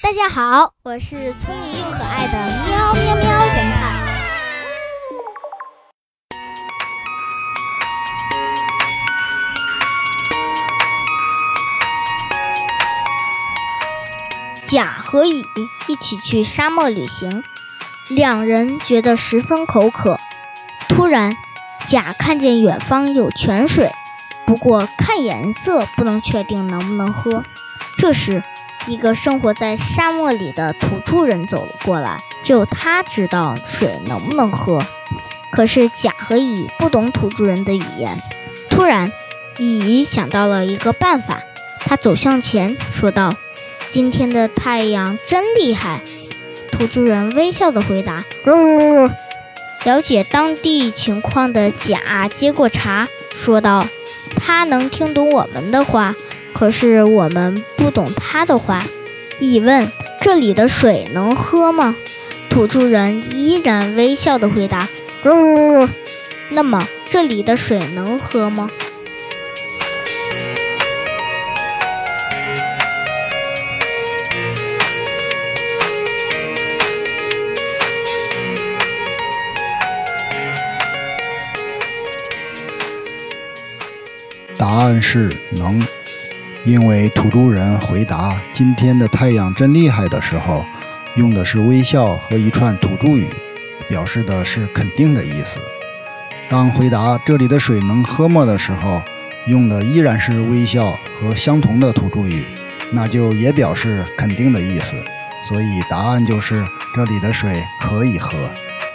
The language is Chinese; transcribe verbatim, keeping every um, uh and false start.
大家好，我是聪明又可爱的喵喵喵侦探。甲和乙一起去沙漠旅行，两人觉得十分口渴。突然，甲看见远方有泉水，不过看颜色不能确定能不能喝。这时，一个生活在沙漠里的土著人走了过来，只有他知道水能不能喝。可是甲和乙不懂土著人的语言。突然，乙想到了一个办法，他走向前说道：“今天的太阳真厉害。”土著人微笑地回答：“呃。”了解当地情况的甲接过茶，说道：“他能听懂我们的话，可是我们不懂他的话。”乙问：“这里的水能喝吗？”土著人依然微笑地回答：“呃。”那么这里的水能喝吗？ 答案是能，因为土著人回答今天的太阳真厉害的时候，用的是微笑和一串土著语，表示的是肯定的意思。当回答这里的水能喝吗的时候，用的依然是微笑和相同的土著语，那就也表示肯定的意思。所以答案就是这里的水可以喝。